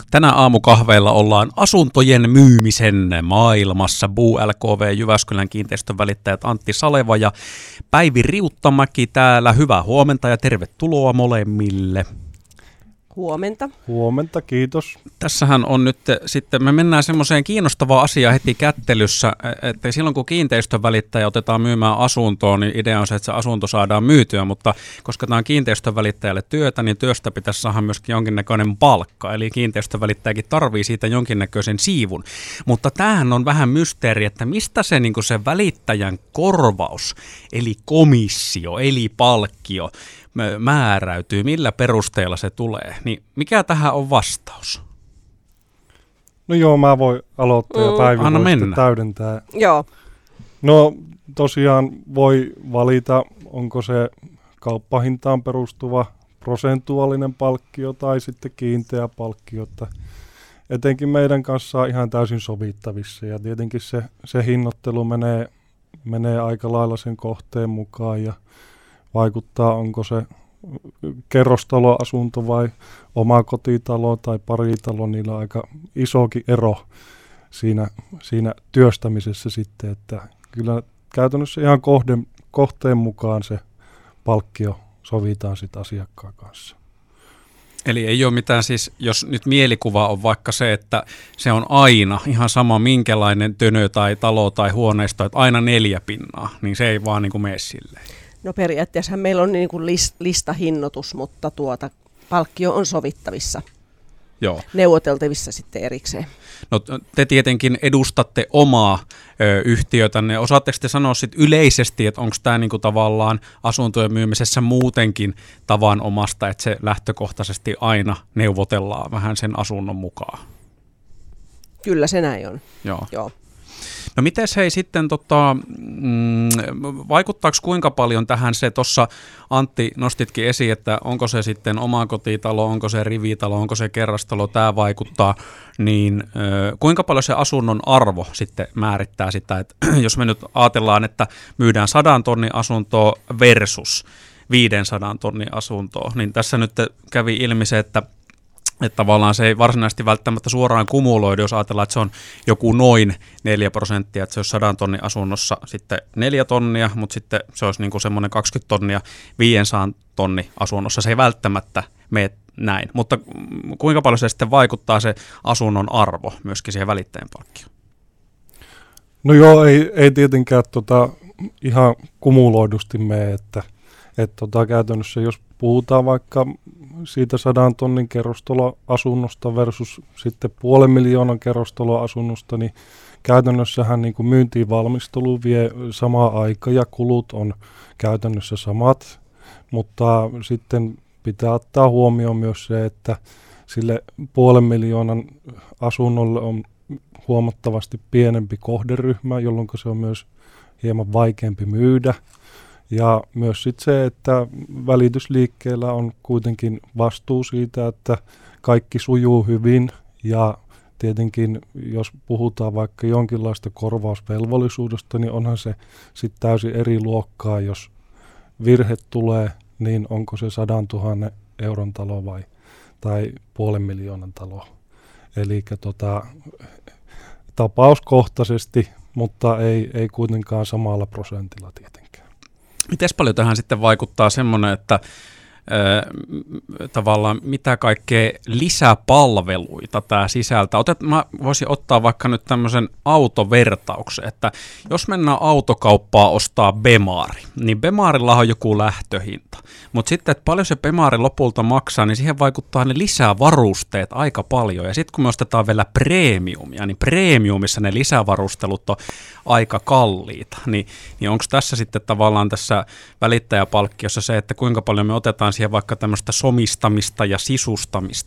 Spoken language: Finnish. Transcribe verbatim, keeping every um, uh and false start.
Tänä aamukahveilla ollaan asuntojen myymisen maailmassa. B U L K V Jyväskylän kiinteistön välittäjät Antti Saleva ja Päivi Riuttamäki täällä. Hyvää huomenta ja tervetuloa molemmille. Huomenta. Huomenta, kiitos. Tässähän on nyt sitten, me mennään semmoiseen kiinnostavaan asiaan heti kättelyssä, että silloin kun kiinteistön välittäjä otetaan myymään asuntoon, niin idea on se, että se asunto saadaan myytyä, mutta koska tämä on kiinteistön välittäjälle työtä, niin työstä pitäisi saada myöskin jonkinnäköinen palkka, eli kiinteistön välittäjäkin tarvii siitä jonkinnäköisen siivun. Mutta tämähän on vähän mysteeri, että mistä se, niin kuin se välittäjän korvaus, eli komissio, eli palkkio, määräytyy, millä perusteella se tulee, niin mikä tähän on vastaus? No joo, mä voin aloittaa ja Päivi Anna voi mennä. sitten täydentää. Joo. No tosiaan voi valita, onko se kauppahintaan perustuva prosentuaalinen palkkio tai sitten kiinteä palkkio, että etenkin meidän kanssa on ihan täysin sovittavissa ja tietenkin se, se hinnoittelu menee, menee aika lailla sen kohteen mukaan ja vaikuttaa, onko se kerrostaloasunto vai omakotitalo tai paritalo, niillä on aika isokin ero siinä, siinä työstämisessä sitten, että kyllä käytännössä ihan kohden, kohteen mukaan se palkkio sovitaan sitten asiakkaan kanssa. Eli ei ole mitään siis, jos nyt mielikuva on vaikka se, että se on aina ihan sama minkälainen tönö tai talo tai huoneisto, että aina neljä pinnaa, niin se ei vaan niin kuin mene silleen. No periaatteessa meillä on niin kuin list, listahinnoitus, mutta tuota palkkio on sovittavissa, Joo. neuvoteltavissa sitten erikseen. No te tietenkin edustatte omaa ö, yhtiötänne. Osaatteko te sanoa sit yleisesti, että onko tämä niinku tavallaan asuntojen myymisessä muutenkin tavanomasta, että se lähtökohtaisesti aina neuvotellaan vähän sen asunnon mukaan? Kyllä se näin on. Joo. Joo. No mites hei sitten, tota, mm, vaikuttaako kuinka paljon tähän se, tuossa Antti nostitkin esiin, että onko se sitten omakotitalo, onko se rivitalo, onko se kerrostalo, tämä vaikuttaa, niin ö, kuinka paljon se asunnon arvo sitten määrittää sitä, että jos me nyt ajatellaan, että myydään sadan tonnin asuntoa versus viisisataa tonnin asuntoa, niin tässä nyt kävi ilmi se, että Että tavallaan se ei varsinaisesti välttämättä suoraan kumuloidu, jos ajatellaan, että se on joku noin neljä prosenttia, että se olisi sadan tonnin asunnossa sitten neljä tonnia, mutta sitten se olisi niin kuin semmoinen kaksikymmentä tonnia viisisataa tonni asunnossa. Se ei välttämättä mene näin, mutta kuinka paljon se sitten vaikuttaa se asunnon arvo myöskin siihen välittäjän palkkioon? No joo, ei, ei tietenkään tota ihan kumuloidusti mene, että et tota käytännössä jos puhutaan vaikka siitä sadan tonnin kerrostaloasunnosta versus sitten puolen miljoonan kerrostaloasunnosta, niin käytännössähän niin kuin myyntiin valmistelu vie samaa aikaa ja kulut on käytännössä samat, mutta sitten pitää ottaa huomioon myös se, että sille puolen miljoonan asunnolle on huomattavasti pienempi kohderyhmä, jolloin se on myös hieman vaikeampi myydä. Ja myös sit se, että välitysliikkeellä on kuitenkin vastuu siitä, että kaikki sujuu hyvin ja tietenkin jos puhutaan vaikka jonkinlaista korvausvelvollisuudesta, niin onhan se sitten täysin eri luokkaa, jos virhe tulee, niin onko se sadan tuhannen euron talo vai tai puolen miljoonan talo. Eli tota, tapauskohtaisesti, mutta ei, ei kuitenkaan samalla prosentilla tietenkään. Miten paljon tähän sitten vaikuttaa semmoinen, että ö, tavallaan mitä kaikkea lisäpalveluita tämä sisältää? Otet, mä voisin ottaa vaikka nyt tämmöisen autovertauksen, että jos mennään autokauppaan ostaa Bemari, niin Bemarilla on joku lähtöhinta. Mutta sitten, että paljon se Bemari lopulta maksaa, niin siihen vaikuttaa ne lisävarusteet aika paljon. Ja sitten kun me ostetaan vielä premiumia, niin premiumissa ne lisävarustelut on aika kalliita. Niin, niin onko tässä sitten tavallaan tässä välittäjäpalkkiossa se, että kuinka paljon me otetaan siihen vaikka tämmöistä somistamista ja sisustamista